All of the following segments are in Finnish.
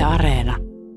Areena.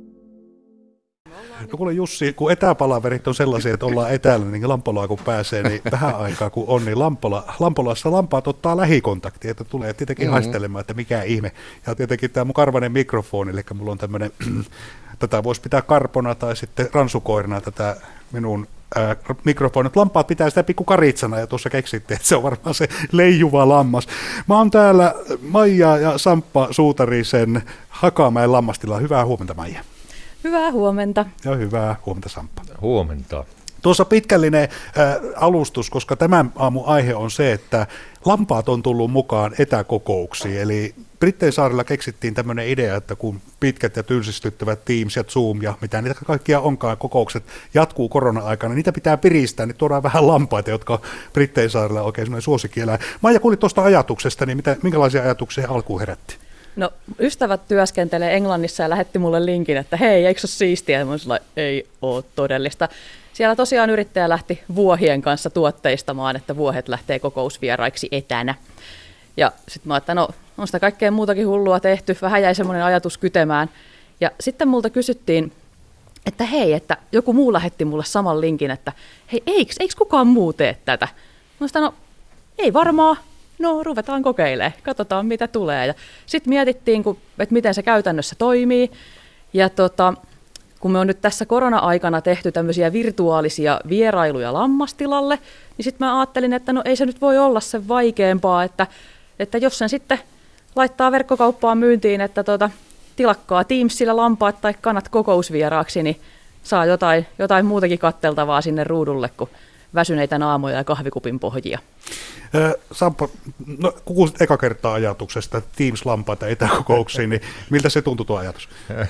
No kuule Jussi, kun etäpalaverit on sellaisia, että ollaan etäällä, niin Lampolaan kun pääsee, niin vähän aikaa kun on, niin Lampolassa lampaat ottaa lähikontaktia, että tulee tietenkin haistelemaan, että mikä ihme. Ja tietenkin tämä mun karvainen mikrofoni, eli mulla on tämmöinen, tätä voisi pitää karpona tai sitten ransukoirina tätä minun mikrofonit. Lampaat pitää sitä pikku karitsana ja tuossa keksittiin, että se on varmaan se leijuva lammas. Mä oon täällä Maija ja Samppa Suutarisen Hakamäen lammastilla. Hyvää huomenta Maija. Hyvää huomenta. Ja hyvää huomenta Samppa. Huomenta. Tuossa pitkällinen alustus, koska tämän aamun aihe on se, että lampaat on tullut mukaan etäkokouksiin. Eli Brittein saarilla keksittiin tämmöinen idea, että kun pitkät ja tylsistyttävät Teams ja Zoom ja mitä niitä kaikkia onkaan kokoukset jatkuu korona-aikana, niin niitä pitää piristää, niin tuodaan vähän lampaita, jotka on Brittein saarilla oikein semmoinen suosikkieläin. Maija, kuulit tuosta ajatuksesta, niin minkälaisia ajatuksia alkuun herätti? No ystävät työskentelee Englannissa ja lähetti mulle linkin, että hei, eikö se ole siistiä? Ja mä sanoin, ei ole todellista. Siellä tosiaan yrittäjä lähti vuohien kanssa tuotteistamaan, että vuohet lähtee kokousvieraiksi etänä. Ja sitten mä ajattelin, no on sitä kaikkea muutakin hullua tehty, vähän jäi semmoinen ajatus kytemään. Ja sitten multa kysyttiin, että hei, että joku muu lähetti mulle saman linkin, että hei, eikö kukaan muu tee tätä? Mä sanoin, no ei varmaan. No ruvetaan kokeilemaan, katsotaan mitä tulee. Ja sitten mietittiin, että miten se käytännössä toimii. Ja kun me on nyt tässä korona-aikana tehty tämmöisiä virtuaalisia vierailuja lammastilalle, niin sitten mä ajattelin, että no ei se nyt voi olla sen vaikeampaa, että jos sen sitten laittaa verkkokauppaan myyntiin, että tilakkaa Teamsilla lampaat tai kanat kokousvieraaksi, niin saa jotain muutakin katteltavaa sinne ruudulle kuin väsyneitä naamoja ja kahvikupin pohjia. Samppa, no kun kuulit eka kertaa ajatuksesta Teams-lampaita etäkokouksiin, niin miltä se tuntui tuo ajatus?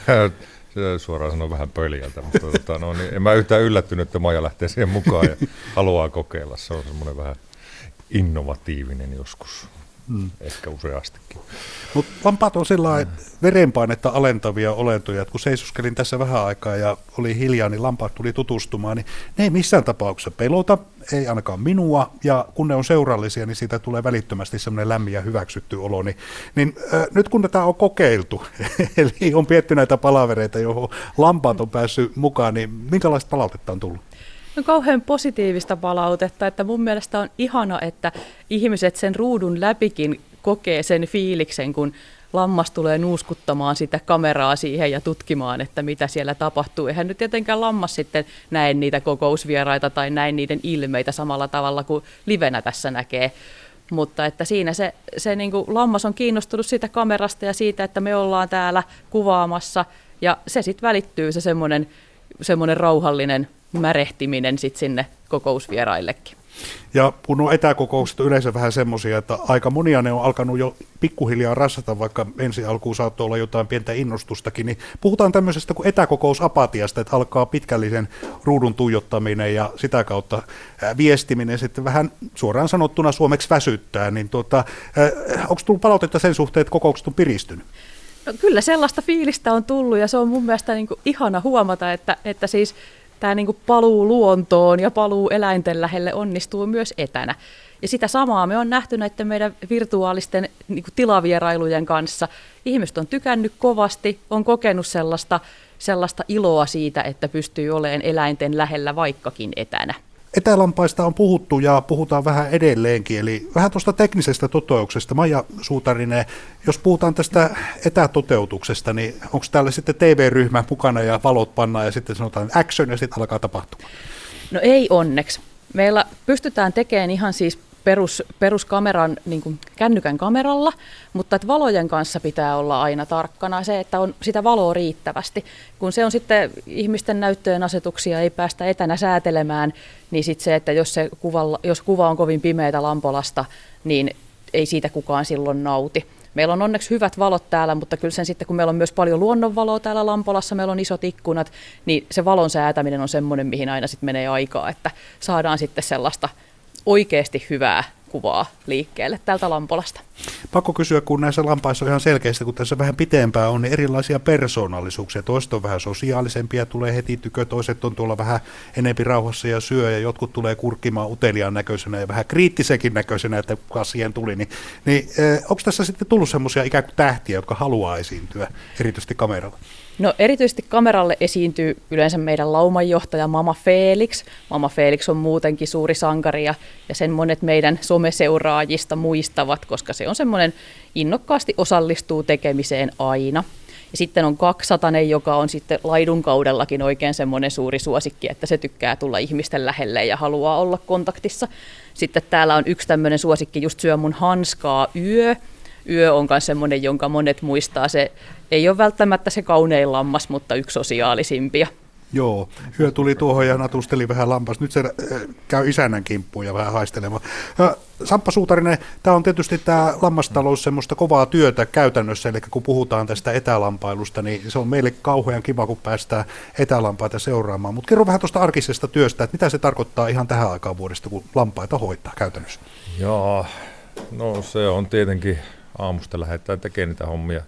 Suoraan sanoen vähän pöljältä, mutta niin en mä yhtään yllättynyt, että Maija lähtee siihen mukaan ja haluaa kokeilla. Se on semmoinen vähän innovatiivinen joskus, ehkä useastikin. Mutta lampaat on sellainen verenpainetta alentavia olentoja, että kun seisoskelin tässä vähän aikaa ja oli hiljaa, niin lampaat tuli tutustumaan, niin ne ei missään tapauksessa pelota, ei ainakaan minua, ja kun ne on seurallisia, niin siitä tulee välittömästi semmoinen lämmin ja hyväksytty olo. Niin nyt kun tätä on kokeiltu, eli on pietty näitä palavereita, johon lampaat on päässyt mukaan, niin minkälaista palautetta on tullut? No kauhean positiivista palautetta, että mun mielestä on ihana, että ihmiset sen ruudun läpikin kokee sen fiiliksen, kun lammas tulee nuuskuttamaan sitä kameraa siihen ja tutkimaan, että mitä siellä tapahtuu. Eihän nyt tietenkään lammas sitten näe niitä kokousvieraita tai näe niiden ilmeitä samalla tavalla kuin livenä tässä näkee. Mutta että siinä se niin kuin lammas on kiinnostunut siitä kamerasta ja siitä, että me ollaan täällä kuvaamassa. Ja se sitten välittyy se semmoinen rauhallinen märehtiminen sitten sinne kokousvieraillekin. Ja kun nuo etäkokoukset on yleensä vähän semmoisia, että aika monia ne on alkanut jo pikkuhiljaa rassata, vaikka ensi alkuun saattoi olla jotain pientä innostustakin, niin puhutaan tämmöisestä kuin etäkokousapatiasta, että alkaa pitkällisen ruudun tuijottaminen ja sitä kautta viestiminen sitten vähän suoraan sanottuna suomeksi väsyttää, niin onko tullut palautetta sen suhteen, että kokoukset on piristynyt? No, kyllä sellaista fiilistä on tullut ja se on mun mielestä niin kuin ihana huomata, että siis tämä niin kuin paluu luontoon ja paluu eläinten lähelle onnistuu myös etänä. Ja sitä samaa me on nähty näiden meidän virtuaalisten niin kuin tilavierailujen kanssa. Ihmiset on tykännyt kovasti, on kokenut sellaista iloa siitä, että pystyy olemaan eläinten lähellä vaikkakin etänä. Etälampaista on puhuttu ja puhutaan vähän edelleenkin, eli vähän tuosta teknisestä toteutuksesta. Maija Suutarinen, jos puhutaan tästä etätoteutuksesta, niin onko täällä sitten TV-ryhmä mukana ja valot pannaan ja sitten sanotaan action ja sitten alkaa tapahtumaan? No ei onneksi. Meillä pystytään tekemään ihan siis peruskameran, niin kuin kännykän kameralla, mutta että valojen kanssa pitää olla aina tarkkana se, että on sitä valoa riittävästi. Kun se on sitten ihmisten näyttöjen asetuksia ei päästä etänä säätelemään, niin sitten se, että jos kuva on kovin pimeätä Lampolasta, niin ei siitä kukaan silloin nauti. Meillä on onneksi hyvät valot täällä, mutta kyllä sen sitten, kun meillä on myös paljon luonnonvaloa täällä Lampolassa, meillä on isot ikkunat, niin se valon säätäminen on semmoinen, mihin aina sitten menee aikaa, että saadaan sitten sellaista oikeasti hyvää kuvaa liikkeelle täältä Lampolasta. Pakko kysyä, kun näissä lampaissa on ihan selkeästi, kun tässä vähän pitempään on, niin erilaisia persoonallisuuksia. Toiset on vähän sosiaalisempia, tulee heti tykö, toiset on tuolla vähän enempi rauhassa ja syö, ja jotkut tulee kurkkimaan uteliaan näköisenä ja vähän kriittisenkin näköisenä, että kuka siihen tuli. Niin onko tässä sitten tullut semmoisia ikään kuin tähtiä, jotka haluaa esiintyä, erityisesti kameralla? No erityisesti kameralle esiintyy yleensä meidän laumanjohtaja Mama Felix. Mama Felix on muutenkin suuri sankari ja sen monet meidän someseuraajista muistavat, koska se on semmoinen innokkaasti osallistuu tekemiseen aina. Ja sitten on 200, joka on sitten laidunkaudellakin oikein semmoinen suuri suosikki, että se tykkää tulla ihmisten lähelle ja haluaa olla kontaktissa. Sitten täällä on yksi tämmöinen suosikki, just syö mun hanskaa Yö. Yö on myös semmoinen, jonka monet muistaa. Se ei ole välttämättä se kaunein lammas, mutta yksi sosiaalisimpia. Joo, Yö tuli tuohon ja natusteli vähän lampas. Nyt se käy isännän kimppuun ja vähän haistelemaan. Samppa Suutarinen, tämä on tietysti tämä lammastalous semmoista kovaa työtä käytännössä, eli kun puhutaan tästä etälampailusta, niin se on meille kauhean kiva, kun päästään etälampaita seuraamaan. Mutta kerro vähän tuosta arkisesta työstä, että mitä se tarkoittaa ihan tähän aikaan vuodesta, kun lampaita hoitaa käytännössä? Joo, no se on tietenkin aamusta lähdetään tekemään niitä hommia.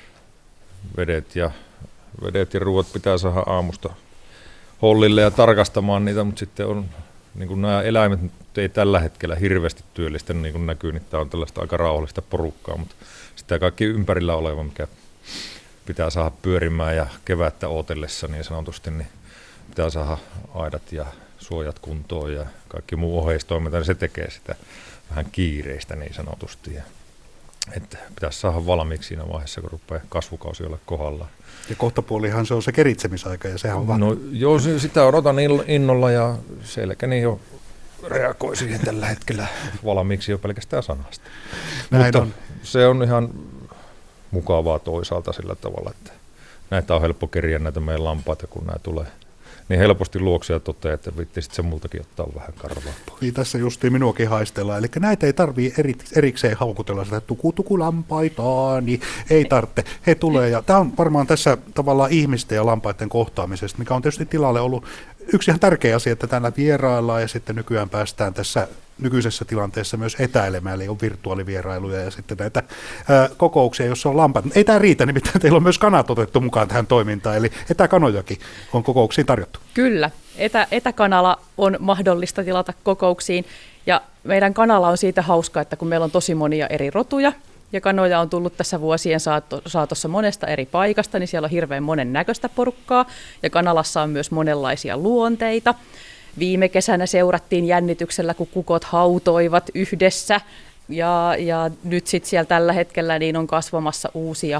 Vedet ja ruuat pitää saada aamusta hollille ja tarkastamaan niitä, mutta sitten on, niin kuin nämä eläimet ei tällä hetkellä hirveästi työllistä, niin kuin näkyy, niin tämä on tällaista aika rauhallista porukkaa, mutta sitä kaikki ympärillä oleva, mikä pitää saada pyörimään ja kevättä ootellessa niin sanotusti, niin pitää saada aidat ja suojat kuntoon ja kaikki muu oheistoiminta, niin se tekee sitä vähän kiireistä niin sanotusti. Että pitäisi saada valmiiksi siinä vaiheessa, kun rupeaa kasvukausi olla kohdallaan. Ja kohtapuolihan se on se keritsemisaika, ja sehän on No joo, sitä odotan innolla, ja selkäni jo reagoi siihen tällä hetkellä valmiiksi jo pelkästään sanasta. Mutta on. Se on ihan mukavaa toisaalta sillä tavalla, että näitä on helppo keriä näitä meidän lampaita, kun nämä tulee niin helposti luoksia toteaa, että viittisit se multakin ottaa vähän karvaa pois. Niin tässä justiin minuakin haistellaan. Eli näitä ei tarvitse erikseen haukutella sitä tuku-lampaita, niin ei tarvitse. He tulee, ja tämä on varmaan tässä tavallaan ihmisten ja lampaiden kohtaamisesta, mikä on tietysti tilalle ollut yksi ihan tärkeä asia, että täällä vieraillaan ja sitten nykyään päästään tässä nykyisessä tilanteessa myös etäilemään, eli on virtuaalivierailuja ja sitten näitä kokouksia, joissa on lampaat. Ei tämä riitä, nimittäin teillä on myös kanat otettu mukaan tähän toimintaan, eli etäkanojakin on kokouksiin tarjottu. Kyllä, etäkanala on mahdollista tilata kokouksiin, ja meidän kanala on siitä hauska, että kun meillä on tosi monia eri rotuja, ja kanoja on tullut tässä vuosien saatossa monesta eri paikasta, niin siellä on hirveän monen näköistä porukkaa, ja kanalassa on myös monenlaisia luonteita. Viime kesänä seurattiin jännityksellä, kun kukot hautoivat yhdessä, ja nyt sitten siellä tällä hetkellä niin on kasvamassa uusia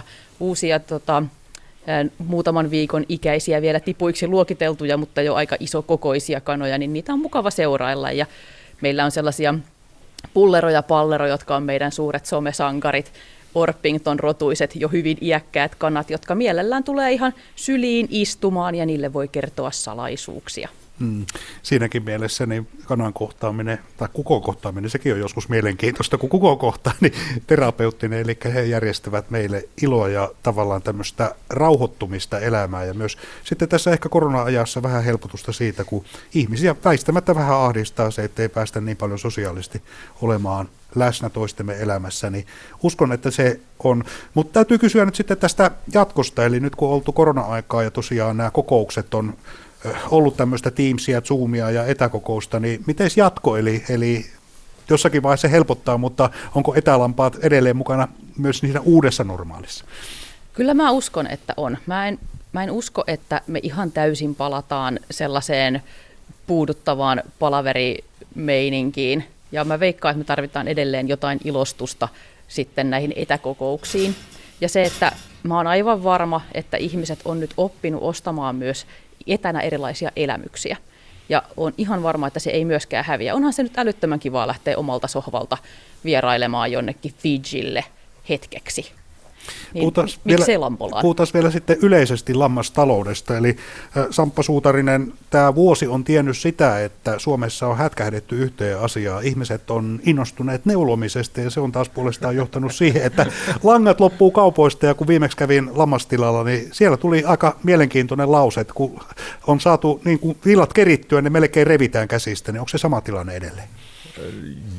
muutaman viikon ikäisiä vielä tipuiksi luokiteltuja, mutta jo aika isokokoisia kanoja, niin niitä on mukava seurailla, ja meillä on sellaisia Pullero ja Pallero, jotka on meidän suuret somesankarit, Orpington-rotuiset, jo hyvin iäkkäät kanat, jotka mielellään tulee ihan syliin istumaan ja niille voi kertoa salaisuuksia. Siinäkin mielessä niin kanan kohtaaminen tai kukon kohtaaminen, sekin on joskus mielenkiintoista, kun kukon kohtaa, niin terapeuttinen, eli he järjestävät meille iloa ja tavallaan tämmöistä rauhoittumista elämään ja myös sitten tässä ehkä korona-ajassa vähän helpotusta siitä, kun ihmisiä väistämättä vähän ahdistaa se, ettei päästä niin paljon sosiaalisesti olemaan läsnä toistemme elämässä, niin uskon, että se on. Mutta täytyy kysyä nyt sitten tästä jatkosta, eli nyt kun on oltu korona-aikaa ja tosiaan nämä kokoukset on ollut tämmöistä Teamsia, Zoomia ja etäkokousta, niin miten jatko? Eli jossakin vaiheessa se helpottaa, mutta onko etälampaat edelleen mukana myös siinä uudessa normaalissa? Kyllä mä uskon, että on. Mä en usko, että me ihan täysin palataan sellaiseen puuduttavaan palaverimeininkiin. Ja mä veikkaan, että me tarvitaan edelleen jotain ilostusta sitten näihin etäkokouksiin. Ja se, että mä oon aivan varma, että ihmiset on nyt oppinut ostamaan myös etänä erilaisia elämyksiä. Ja on ihan varma, että se ei myöskään häviä. Onhan se nyt älyttömän kivaa lähteä omalta sohvalta vierailemaan jonnekin Fijille hetkeksi. Niin, miksei Lampolaan? Puhutaan vielä sitten yleisesti lammastaloudesta. Eli Samppa Suutarinen, tämä vuosi on tiennyt sitä, että Suomessa on hätkähdetty yhteen asiaan. Ihmiset on innostuneet neulomisesta ja se on taas puolestaan johtanut siihen, että langat loppuu kaupoista ja kun viimeksi kävin lammastilalla, niin siellä tuli aika mielenkiintoinen lause, että kun on saatu niin kuin villat kerittyä, niin melkein revitään käsistä, niin onko se sama tilanne edelleen?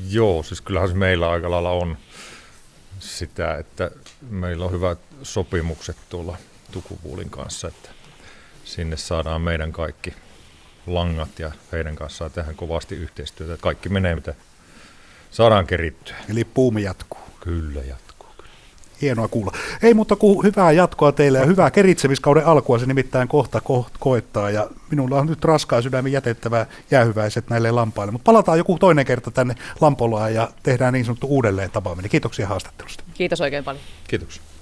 Joo, siis kyllähän se meillä aika lailla on sitä, että meillä on hyvät sopimukset tuolla Tukupuulin kanssa, että sinne saadaan meidän kaikki langat ja heidän kanssaan tehdään kovasti yhteistyötä. Kaikki menee, mitä saadaan kerittyä. Eli puumi jatkuu. Kyllä jatkuu. Hienoa kuulla. Ei mutta hyvää jatkoa teille ja hyvää keritsemiskauden alkua se nimittäin kohta koettaa. Ja minulla on nyt raskaan sydämen jätettävää jäähyväiset näille lampaille. Mutta palataan joku toinen kerta tänne Lampolaan ja tehdään niin sanottu uudelleen tapaaminen. Kiitoksia haastattelusta. Kiitos oikein paljon. Kiitoksia.